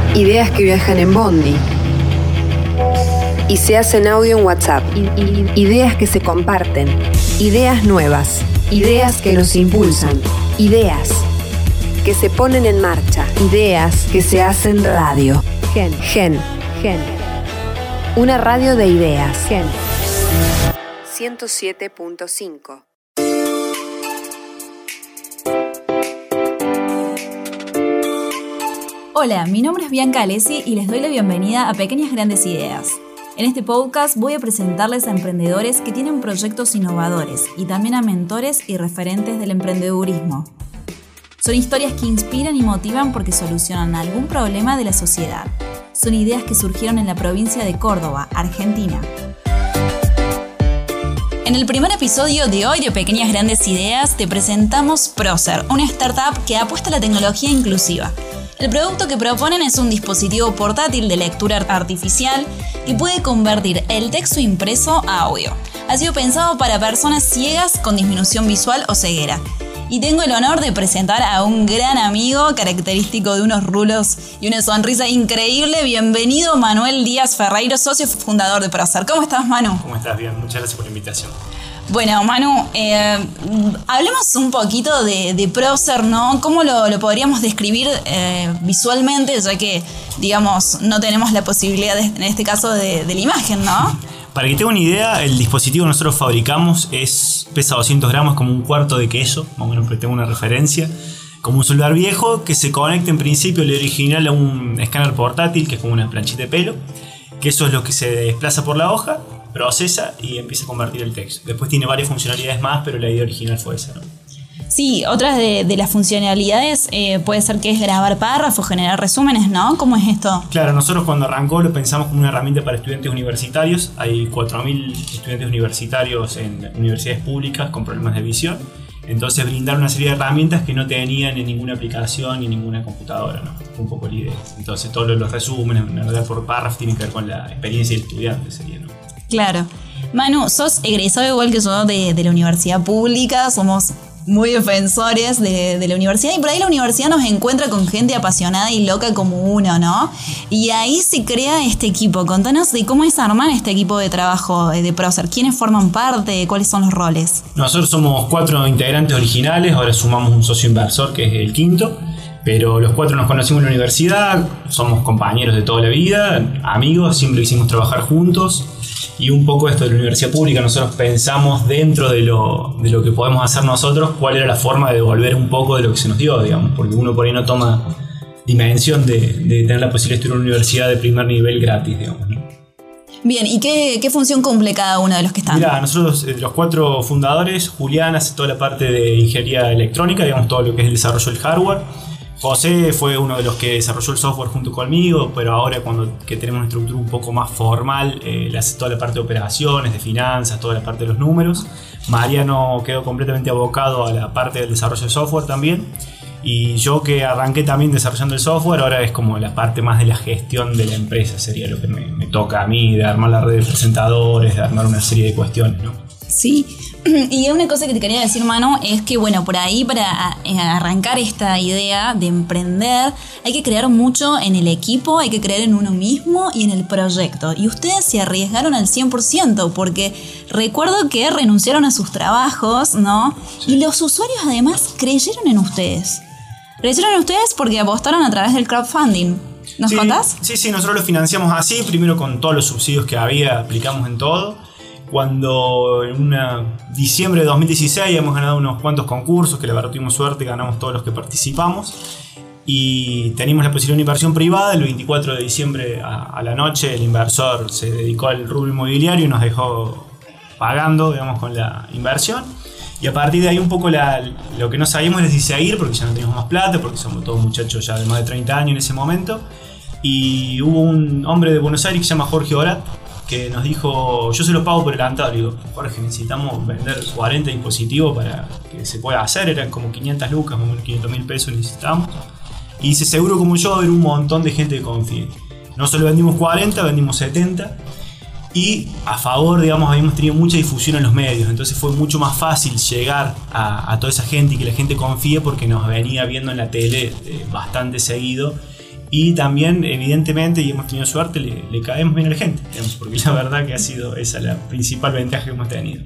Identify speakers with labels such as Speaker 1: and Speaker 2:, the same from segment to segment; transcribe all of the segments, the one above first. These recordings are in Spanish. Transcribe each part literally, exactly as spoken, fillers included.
Speaker 1: Ideas que viajan en Bondi y se hacen audio en WhatsApp. Ideas que se comparten. Ideas nuevas. Ideas que nos impulsan. Ideas que se ponen en marcha. Ideas que se hacen radio. Gen. Gen. Gen. Una radio de ideas. Gen. ciento siete punto cinco.
Speaker 2: Hola, mi nombre es Bianca Alessi y les doy la bienvenida a Pequeñas Grandes Ideas. En este podcast voy a presentarles a emprendedores que tienen proyectos innovadores y también a mentores y referentes del emprendedurismo. Son historias que inspiran y motivan porque solucionan algún problema de la sociedad. Son ideas que surgieron en la provincia de Córdoba, Argentina. En el primer episodio de hoy de Pequeñas Grandes Ideas te presentamos Procer, una startup que apuesta a la tecnología inclusiva. El producto que proponen es un dispositivo portátil de lectura artificial que puede convertir el texto impreso a audio. Ha sido pensado para personas ciegas con disminución visual o ceguera. Y tengo el honor de presentar a un gran amigo característico de unos rulos y una sonrisa increíble. Bienvenido, Manuel Díaz Ferreiro, socio fundador de Procer. ¿Cómo estás, Manu?
Speaker 3: ¿Cómo estás? Bien, muchas gracias por la invitación.
Speaker 2: Bueno, Manu, eh, hablemos un poquito de, de Procer, ¿no? ¿Cómo lo, lo podríamos describir eh, visualmente, ya que, digamos, no tenemos la posibilidad, de, en este caso, de, de la imagen, ¿no?
Speaker 3: Para que tenga una idea, el dispositivo que nosotros fabricamos es, pesa doscientos gramos, como un cuarto de queso, más o menos para que tenga una referencia. Como un celular viejo que se conecta en principio, el original, a un escáner portátil, que es como una planchita de pelo, que eso es lo que se desplaza por la hoja, procesa y empieza a convertir el texto. Después tiene varias funcionalidades más, pero la idea original fue esa, ¿no?
Speaker 2: Sí, otras de, de las funcionalidades eh, puede ser que es grabar párrafos, generar resúmenes, ¿no? ¿Cómo es esto?
Speaker 3: Claro, nosotros cuando arrancó lo pensamos como una herramienta para estudiantes universitarios. Hay cuatro mil estudiantes universitarios en universidades públicas con problemas de visión. Entonces brindar una serie de herramientas que no tenían en ninguna aplicación ni en ninguna computadora, ¿no? Fue un poco la idea. Entonces todos los resúmenes, navegar por párrafos, tienen que ver con la experiencia del estudiante, sería, ¿no?
Speaker 2: Claro. Manu, sos egresado igual que yo de, de la universidad pública, somos muy defensores de, de la universidad y por ahí la universidad nos encuentra con gente apasionada y loca como uno, ¿no? Y ahí se crea este equipo. Contanos de cómo es armar este equipo de trabajo de Procer. ¿Quiénes forman parte? ¿Cuáles son los roles?
Speaker 3: Nosotros somos cuatro integrantes originales, ahora sumamos un socio inversor que es el quinto. Pero los cuatro nos conocimos en la universidad, somos compañeros de toda la vida, amigos, siempre quisimos trabajar juntos. Y un poco esto de la universidad pública, nosotros pensamos dentro de lo, de lo que podemos hacer nosotros, cuál era la forma de devolver un poco de lo que se nos dio, digamos, porque uno por ahí no toma dimensión de, de tener la posibilidad de estudiar en una universidad de primer nivel gratis, digamos, ¿no?
Speaker 2: Bien, ¿y qué, qué función cumple cada uno de los que están?
Speaker 3: Mira, nosotros, eh, los cuatro fundadores, Julián hace toda la parte de ingeniería electrónica, digamos, todo lo que es el desarrollo del hardware. José fue uno de los que desarrolló el software junto conmigo, pero ahora cuando que tenemos una estructura un poco más formal, eh, le hace toda la parte de operaciones, de finanzas, toda la parte de los números. Mariano quedó completamente abocado a la parte del desarrollo de software también. Y yo, que arranqué también desarrollando el software, ahora es como la parte más de la gestión de la empresa, sería lo que me, me toca a mí, de armar la red de presentadores, de armar una serie de cuestiones, ¿no?
Speaker 2: Sí. Y una cosa que te quería decir, Manu, es que bueno, por ahí para arrancar esta idea de emprender hay que creer mucho en el equipo, hay que creer en uno mismo y en el proyecto. Y ustedes se arriesgaron al cien por ciento porque recuerdo que renunciaron a sus trabajos, ¿no? Sí. Y los usuarios además creyeron en ustedes. Creyeron en ustedes porque apostaron a través del crowdfunding. ¿Nos
Speaker 3: sí,
Speaker 2: contás?
Speaker 3: Sí, sí, nosotros lo financiamos así, primero con todos los subsidios que había, aplicamos en todo. Cuando en una diciembre de dos mil dieciséis hemos ganado unos cuantos concursos, que la verdad tuvimos suerte, ganamos todos los que participamos y teníamos la posibilidad de inversión privada. El veinticuatro de diciembre a, a la noche el inversor se dedicó al rubro inmobiliario y nos dejó pagando, digamos, con la inversión. Y a partir de ahí un poco la, lo que no sabíamos era si seguir, porque ya no teníamos más plata, porque somos todos muchachos ya de más de treinta años en ese momento. Y hubo un hombre de Buenos Aires que se llama Jorge Orat, que nos dijo: yo se los pago por adelantado. Le digo: Jorge, necesitamos vender cuarenta dispositivos para que se pueda hacer. Eran como quinientas lucas, como quinientos mil pesos necesitamos. Y dice: seguro como yo, haber un montón de gente que confíe. No solo vendimos cuarenta, vendimos setenta. Y a favor, digamos, habíamos tenido mucha difusión en los medios. Entonces fue mucho más fácil llegar a, a toda esa gente y que la gente confíe, porque nos venía viendo en la tele eh, bastante seguido. Y también, evidentemente, y hemos tenido suerte, le, le caemos bien a la gente, digamos, porque la verdad que ha sido esa la principal ventaja que hemos tenido.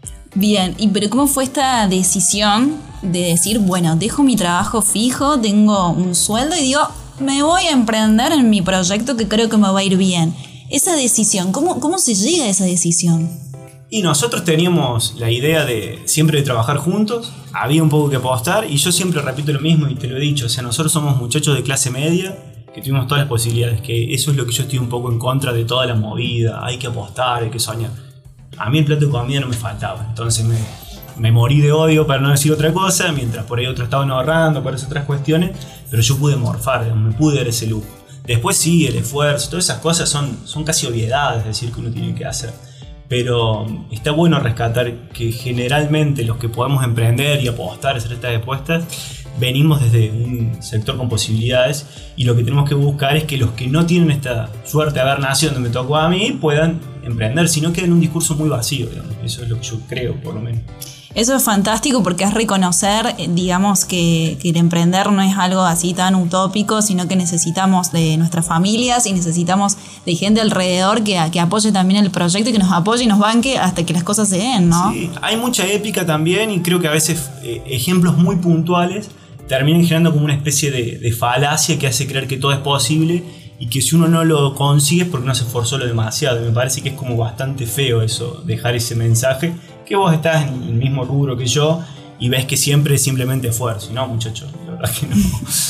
Speaker 2: Bien, ¿y pero cómo fue esta decisión de decir, bueno, dejo mi trabajo fijo, tengo un sueldo y digo, me voy a emprender en mi proyecto que creo que me va a ir bien? Esa decisión, ¿cómo, cómo se llega a esa decisión?
Speaker 3: Y nosotros teníamos la idea de siempre de trabajar juntos, había un poco que apostar y yo siempre repito lo mismo y te lo he dicho, o sea, nosotros somos muchachos de clase media que tuvimos todas las posibilidades, que eso es lo que yo estoy un poco en contra de toda la movida, hay que apostar, hay que soñar. A mí el plato de comida no me faltaba, entonces me, me morí de odio para no decir otra cosa, mientras por ahí otros estaban ahorrando para esas otras cuestiones, pero yo pude morfar, me pude dar ese lujo. Después sí, el esfuerzo, todas esas cosas son, son casi obviedades, es decir, que uno tiene que hacer. Pero está bueno rescatar que generalmente los que podemos emprender y apostar, hacer estas apuestas, venimos desde un sector con posibilidades y lo que tenemos que buscar es que los que no tienen esta suerte de haber nacido donde me tocó a mí puedan emprender, si no queda en un discurso muy vacío, digamos. Eso es lo que yo creo, por lo menos.
Speaker 2: Eso es fantástico porque es reconocer, digamos, que, que el emprender no es algo así tan utópico, sino que necesitamos de nuestras familias y necesitamos de gente alrededor que, que apoye también el proyecto y que nos apoye y nos banque hasta que las cosas se den, ¿no?
Speaker 3: Sí, hay mucha épica también y creo que a veces eh, ejemplos muy puntuales terminan generando como una especie de, de falacia que hace creer que todo es posible y que si uno no lo consigue es porque no se esforzó lo demasiado. Y me parece que es como bastante feo eso, dejar ese mensaje, que vos estás en el mismo rubro que yo y ves que siempre es simplemente esfuerzo. No, muchachos, la verdad que no.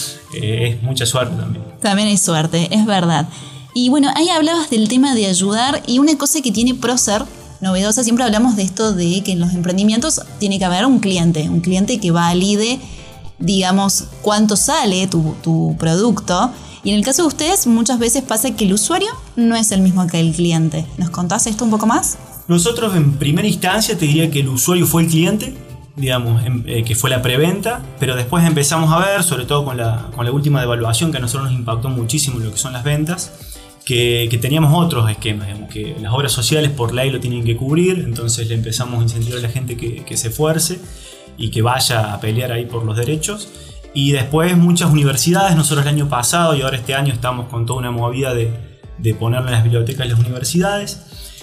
Speaker 3: Eh, es mucha suerte también.
Speaker 2: También hay suerte, es verdad. Y bueno, ahí hablabas del tema de ayudar y una cosa que tiene Procer novedosa, siempre hablamos de esto de que en los emprendimientos tiene que haber un cliente, un cliente que valide, digamos, cuánto sale tu, tu producto. Y en el caso de ustedes, muchas veces pasa que el usuario no es el mismo que el cliente. ¿Nos contás esto un poco más?
Speaker 3: Nosotros en primera instancia te diría que el usuario fue el cliente, digamos, eh, que fue la preventa, pero después empezamos a ver, sobre todo con la, con la última devaluación que a nosotros nos impactó muchísimo lo que son las ventas, que, que teníamos otros esquemas, digamos, que las obras sociales por ley lo tienen que cubrir, entonces le empezamos a incentivar a la gente que, que se esfuerce y que vaya a pelear ahí por los derechos. Y después muchas universidades, nosotros el año pasado y ahora este año estamos con toda una movida de, de ponerlo en las bibliotecas de las universidades.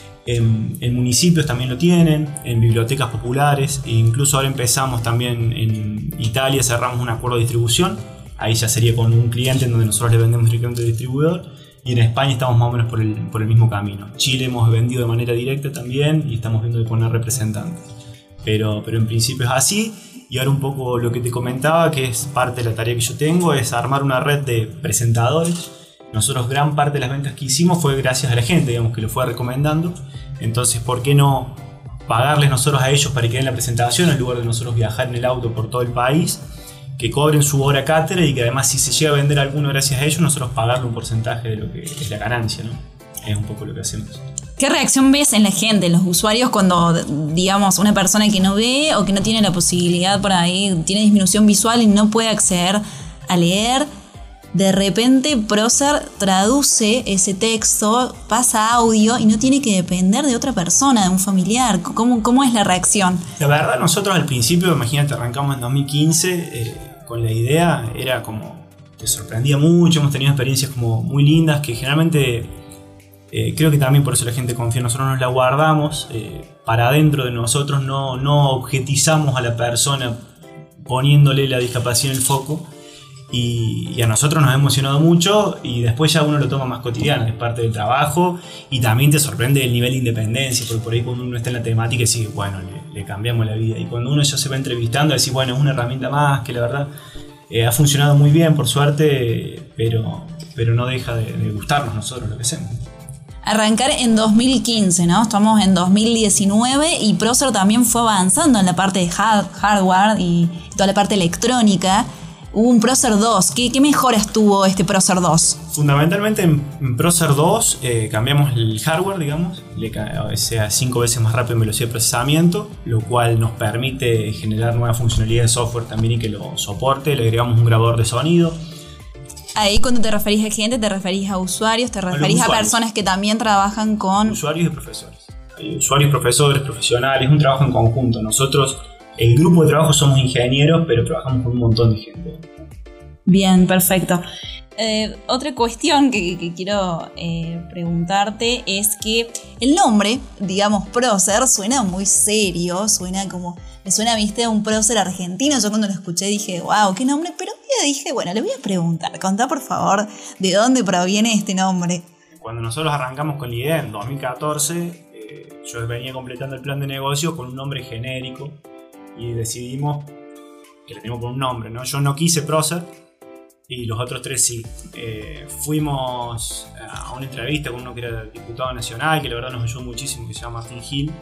Speaker 3: En, en municipios también lo tienen, en bibliotecas populares, e incluso ahora empezamos también en Italia, cerramos un acuerdo de distribución, ahí ya sería con un cliente en donde nosotros le vendemos directamente al distribuidor, y en España estamos más o menos por el, por el mismo camino. Chile hemos vendido de manera directa también y estamos viendo de poner representantes, pero, pero en principio es así. Y ahora un poco lo que te comentaba, que es parte de la tarea que yo tengo, es armar una red de presentadores. Nosotros gran parte de las ventas que hicimos fue gracias a la gente, digamos, que lo fue recomendando. Entonces, ¿por qué no pagarles nosotros a ellos para que den la presentación en lugar de nosotros viajar en el auto por todo el país? Que cobren su hora cátedra y que además si se llega a vender alguno gracias a ellos, nosotros pagarle un porcentaje de lo que es la ganancia, ¿no? Es un poco lo que hacemos.
Speaker 2: ¿Qué reacción ves en la gente, en los usuarios, cuando, digamos, una persona que no ve o que no tiene la posibilidad por ahí, tiene disminución visual y no puede acceder a leer? De repente Procer traduce ese texto, pasa audio y no tiene que depender de otra persona, de un familiar. ¿Cómo, cómo es la reacción?
Speaker 3: La verdad, nosotros al principio, imagínate, arrancamos en dos mil quince, eh, con la idea, era como, te sorprendía mucho, hemos tenido experiencias como muy lindas que generalmente... Eh, creo que también por eso la gente confía, nosotros nos la guardamos eh, para adentro de nosotros, no, no objetizamos a la persona poniéndole la discapacidad en el foco y, y a nosotros nos ha emocionado mucho y después ya uno lo toma más cotidiano, es parte del trabajo y también te sorprende el nivel de independencia, porque por ahí cuando uno está en la temática decís, bueno, le, le cambiamos la vida y cuando uno ya se va entrevistando decís, bueno, es una herramienta más que la verdad eh, ha funcionado muy bien por suerte, pero, pero no deja de, de gustarnos nosotros lo que hacemos.
Speaker 2: Arrancar en dos mil quince, ¿no? Estamos en dos mil diecinueve y Procer también fue avanzando en la parte de hard, hardware y toda la parte electrónica. Hubo un Procer dos. ¿Qué, qué mejoras tuvo este Procer dos?
Speaker 3: Fundamentalmente en, en Procer dos eh, cambiamos el hardware, digamos, le, o sea, cinco veces más rápido en velocidad de procesamiento, lo cual nos permite generar nueva funcionalidad de software también y que lo soporte. Le agregamos un grabador de sonido.
Speaker 2: Ahí cuando te referís a gente, te referís a usuarios, te referís a, a personas que también trabajan con...
Speaker 3: Usuarios y profesores. Hay usuarios, profesores, profesionales, es un trabajo en conjunto. Nosotros, el grupo de trabajo somos ingenieros, pero trabajamos con un montón de gente.
Speaker 2: Bien, perfecto. Eh, otra cuestión que, que quiero eh, preguntarte es que el nombre, digamos, prócer, suena muy serio, suena como, me suena, viste, a un prócer argentino. Yo cuando lo escuché dije, wow, qué nombre, pero un día dije, bueno, le voy a preguntar, contá por favor, ¿de dónde proviene este nombre?
Speaker 3: Cuando nosotros arrancamos con la idea en dos mil catorce, eh, yo venía completando el plan de negocio con un nombre genérico y decidimos que le teníamos por un nombre, ¿no? Yo no quise prócer y los otros tres sí. Eh, fuimos a una entrevista con uno que era diputado nacional, que la verdad nos ayudó muchísimo, que se llama Martín Gil,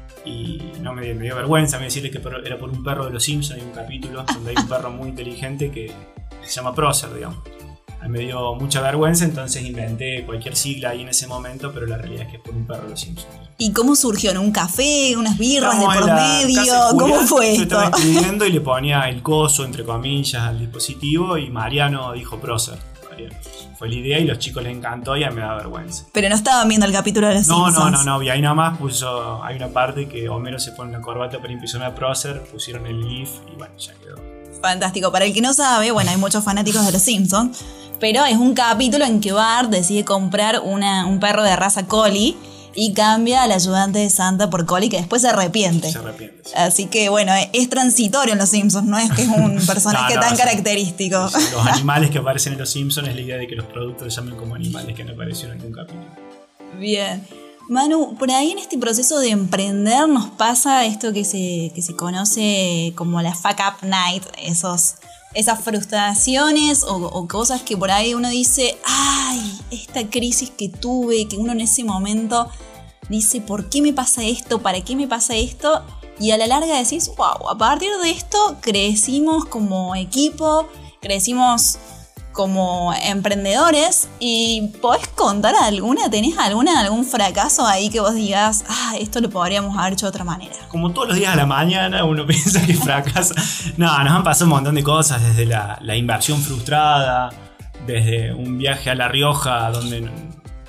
Speaker 3: y no me, me dio vergüenza a mí decirle que era por un perro de los Simpsons. Hay un capítulo donde hay un perro muy inteligente que se llama prócer, digamos. A mí me dio mucha vergüenza, entonces inventé cualquier sigla ahí en ese momento, pero la realidad es que es por un perro de los Simpsons.
Speaker 2: ¿Y cómo surgió? ¿En un café? ¿Unas birras
Speaker 3: Estamos
Speaker 2: de por medio?
Speaker 3: Julián,
Speaker 2: ¿Cómo fue
Speaker 3: yo
Speaker 2: esto?
Speaker 3: estaba escribiendo y le ponía el coso, entre comillas, al dispositivo, y Mariano dijo prócer. Mariano. Fue la idea y a los chicos les encantó y a mí me da vergüenza.
Speaker 2: Pero no estaban viendo el capítulo de los
Speaker 3: no,
Speaker 2: Simpsons.
Speaker 3: No, no, no, y ahí nada más puso, hay una parte que Homero se pone una corbata para impresionar a prócer, pusieron el GIF y bueno, ya quedó.
Speaker 2: Fantástico. Para el que no sabe, bueno, hay muchos fanáticos de los Simpsons, pero es un capítulo en que Bart decide comprar una, un perro de raza Collie y cambia al ayudante de Santa por Collie, que después se arrepiente.
Speaker 3: Se arrepiente, sí.
Speaker 2: Así que bueno, es transitorio en los Simpsons, no es que es un personaje
Speaker 3: no, no,
Speaker 2: tan
Speaker 3: sí.
Speaker 2: característico.
Speaker 3: Sí, sí. Los animales que aparecen en los Simpsons es la idea de que los productos se llamen como animales que han aparecido en algún capítulo.
Speaker 2: Bien. Manu, por ahí en este proceso de emprender nos pasa esto que se, que se conoce como la fuck up night, esos, esas frustraciones o, o cosas que por ahí uno dice, ay, esta crisis que tuve, que uno en ese momento dice, ¿por qué me pasa esto? ¿Para qué me pasa esto? Y a la larga decís, wow, a partir de esto crecimos como equipo, crecimos como emprendedores. ¿Y podés contar alguna? ¿Tenés alguna, algún fracaso ahí que vos digas, ah, esto lo podríamos haber hecho de otra manera?
Speaker 3: Como todos los días a la mañana uno piensa que fracasa. No, nos han pasado un montón de cosas, desde la, la inversión frustrada, desde un viaje a La Rioja donde no,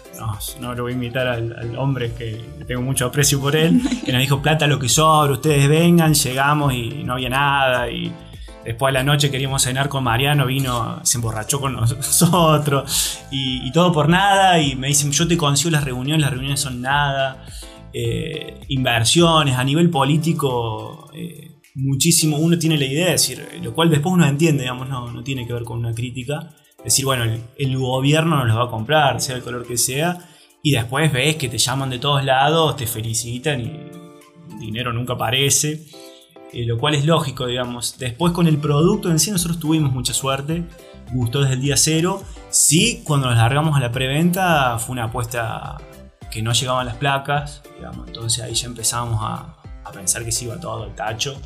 Speaker 3: no lo voy a invitar al, al hombre que tengo mucho aprecio por él, que nos dijo plata lo que sobra, ustedes vengan, llegamos y no había nada, y después a la noche queríamos cenar con Mariano, vino, se emborrachó con nosotros y, y todo por nada, y me dicen, yo te consigo las reuniones, las reuniones son nada. Eh, inversiones a nivel político, eh, muchísimo, uno tiene la idea de decir, lo cual después uno entiende, digamos, no, no tiene que ver con una crítica, decir, bueno, el, el gobierno nos los va a comprar, sea el color que sea, y después ves que te llaman de todos lados, te felicitan y el dinero nunca aparece. Eh, lo cual es lógico, digamos. Después con el producto en sí nosotros tuvimos mucha suerte, gustó desde el día cero. Sí, cuando nos largamos a la preventa fue una apuesta que no llegaban las placas, digamos, entonces ahí ya empezábamos a, a pensar que se iba todo al tacho.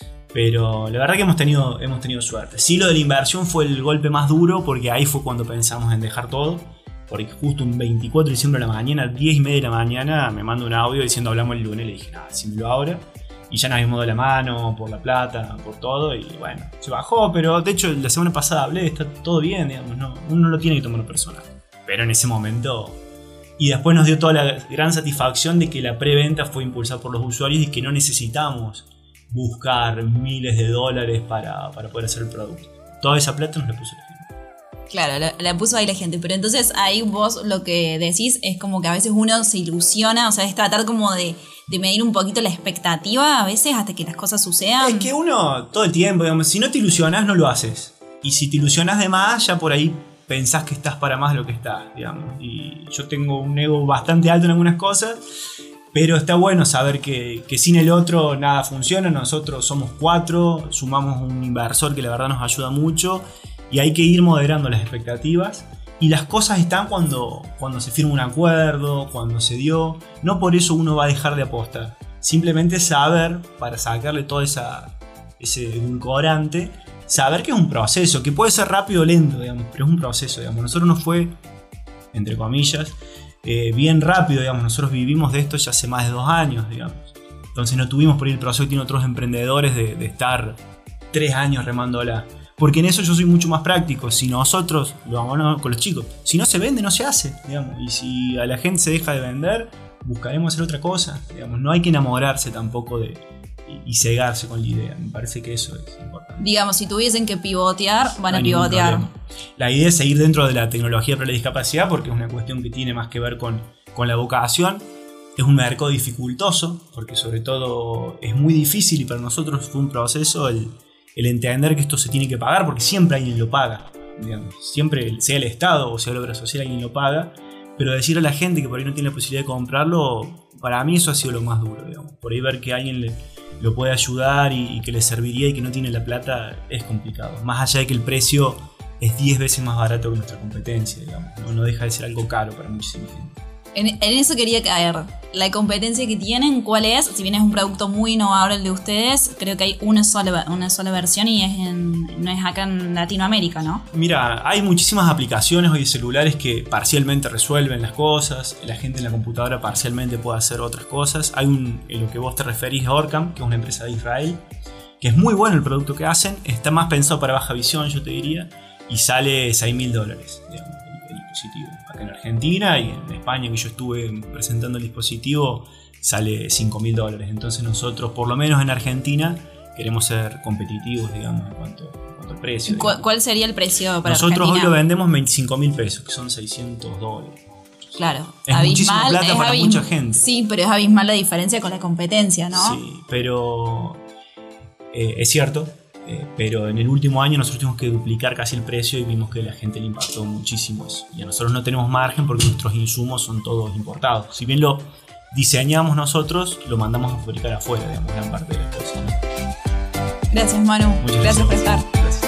Speaker 3: Pero la verdad que hemos tenido, hemos tenido suerte. Sí, lo de la inversión fue el golpe más duro, porque ahí fue cuando pensamos en dejar todo. Porque justo un veinticuatro de diciembre de la mañana, diez y media de la mañana, me manda un audio diciendo hablamos el lunes. Le dije, nada, decímelo ahora. Y ya nos habíamos dado la mano por la plata, por todo, y bueno, se bajó, pero de hecho la semana pasada hablé, está todo bien, digamos, no, uno no lo tiene que tomar personal. Pero en ese momento, y después nos dio toda la gran satisfacción de que la preventa fue impulsada por los usuarios y que no necesitamos buscar miles de dólares para, para poder hacer el producto. Toda esa plata nos la puso la gente.
Speaker 2: Claro, la, la puso ahí la gente, pero entonces ahí vos lo que decís es como que a veces uno se ilusiona, o sea, es tratar como de, de medir un poquito la expectativa a veces hasta que las cosas sucedan.
Speaker 3: Es que uno todo el tiempo, digamos, si no te ilusionas no lo haces, y si te ilusionas de más ya por ahí pensás que estás para más de lo que estás, digamos, y yo tengo un ego bastante alto en algunas cosas, pero está bueno saber que, que sin el otro nada funciona. Nosotros somos cuatro, sumamos un inversor que la verdad nos ayuda mucho. Y hay que ir moderando las expectativas. Y las cosas están cuando, cuando se firma un acuerdo, cuando se dio. No por eso uno va a dejar de apostar. Simplemente saber, para sacarle todo esa, ese edulcorante, saber que es un proceso, que puede ser rápido o lento, digamos, pero es un proceso, digamos. Nosotros nos fue, entre comillas, eh, bien rápido, digamos. Nosotros vivimos de esto ya hace más de dos años, digamos. Entonces no tuvimos por ahí el proceso que tienen otros emprendedores de, de estar tres años remándola. Porque en eso yo soy mucho más práctico. Si nosotros lo vamos con los chicos, si no se vende, no se hace, digamos. Y si a la gente se deja de vender, buscaremos hacer otra cosa, digamos. No hay que enamorarse tampoco de, y, y cegarse con la idea. Me parece que eso es importante.
Speaker 2: Digamos, si tuviesen que pivotear, van
Speaker 3: No
Speaker 2: a
Speaker 3: hay ningún
Speaker 2: pivotear.
Speaker 3: problema. La idea es seguir dentro de la tecnología para la discapacidad porque es una cuestión que tiene más que ver con, con la vocación. Es un mercado dificultoso porque sobre todo es muy difícil y para nosotros fue un proceso el, el entender que esto se tiene que pagar porque siempre alguien lo paga. Digamos. Siempre, sea el Estado o sea la obra social, alguien lo paga. Pero decir a la gente que por ahí no tiene la posibilidad de comprarlo, para mí eso ha sido lo más duro, digamos. Por ahí ver que alguien le, lo puede ayudar y, y que le serviría y que no tiene la plata es complicado. Más allá de que el precio es diez veces más barato que nuestra competencia, digamos. No, no deja de ser algo caro para muchísima gente.
Speaker 2: En, en eso quería caer. La competencia que tienen, ¿cuál es? Si bien es un producto muy innovador el de ustedes, creo que hay una sola, una sola versión y es en, no es acá en Latinoamérica, ¿no?
Speaker 3: Mira, hay muchísimas aplicaciones hoy de celulares que parcialmente resuelven las cosas. La gente en la computadora parcialmente puede hacer otras cosas. Hay un, en lo que vos te referís a Orcam, que es una empresa de Israel, que es muy bueno el producto que hacen. Está más pensado para baja visión, yo te diría, y sale seis mil dólares, digamos, el, el dispositivo. Acá en Argentina y en España, que yo estuve presentando el dispositivo, sale cinco mil dólares. Entonces nosotros, por lo menos en Argentina, queremos ser competitivos, digamos, en cuanto, en cuanto al precio.
Speaker 2: ¿Cu- ¿Cuál sería el precio para
Speaker 3: Nosotros
Speaker 2: Argentina?
Speaker 3: hoy lo vendemos en veinticinco mil pesos, que son seiscientos dólares.
Speaker 2: Claro,
Speaker 3: Es muchísima plata para
Speaker 2: abism-
Speaker 3: mucha gente.
Speaker 2: Sí, pero es abismal la diferencia con la competencia, ¿no?
Speaker 3: Sí, pero eh, es cierto. Eh, pero en el último año nosotros tuvimos que duplicar casi el precio y vimos que a la gente le impactó muchísimo eso. Y a nosotros no tenemos margen porque nuestros insumos son todos importados. Si bien lo diseñamos nosotros, lo mandamos a fabricar afuera, digamos, gran parte de las cosas, ¿no?
Speaker 2: Gracias, Manu.
Speaker 3: Muchas
Speaker 2: gracias por estar.
Speaker 3: Gracias.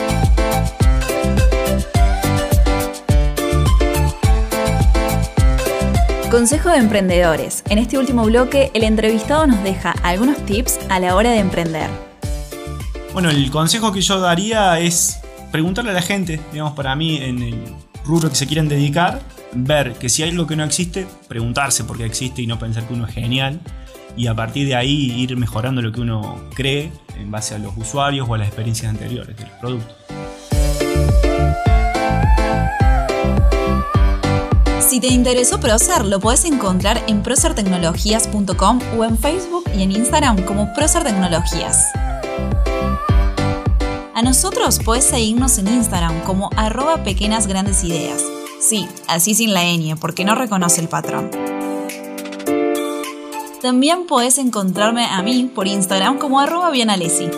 Speaker 2: Consejo de emprendedores. En este último bloque, el entrevistado nos deja algunos tips a la hora de emprender.
Speaker 3: Bueno, el consejo que yo daría es preguntarle a la gente, digamos, para mí, en el rubro que se quieran dedicar, ver que si hay algo que no existe, preguntarse por qué existe y no pensar que uno es genial, y a partir de ahí ir mejorando lo que uno cree en base a los usuarios o a las experiencias anteriores de los productos.
Speaker 2: Si te interesó Procer, lo podés encontrar en procer tecnologías punto com o en Facebook y en Instagram como Procer Tecnologías. A nosotros podés seguirnos en Instagram como arroba pequeñas grandes ideas. Sí, así sin la ñ, porque no reconoce el patrón. También podés encontrarme a mí por Instagram como arroba bienalesi.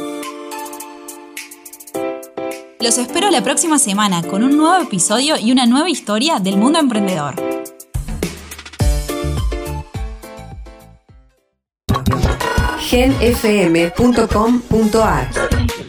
Speaker 2: Los espero la próxima semana con un nuevo episodio y una nueva historia del mundo emprendedor.
Speaker 1: gen f m punto com punto a r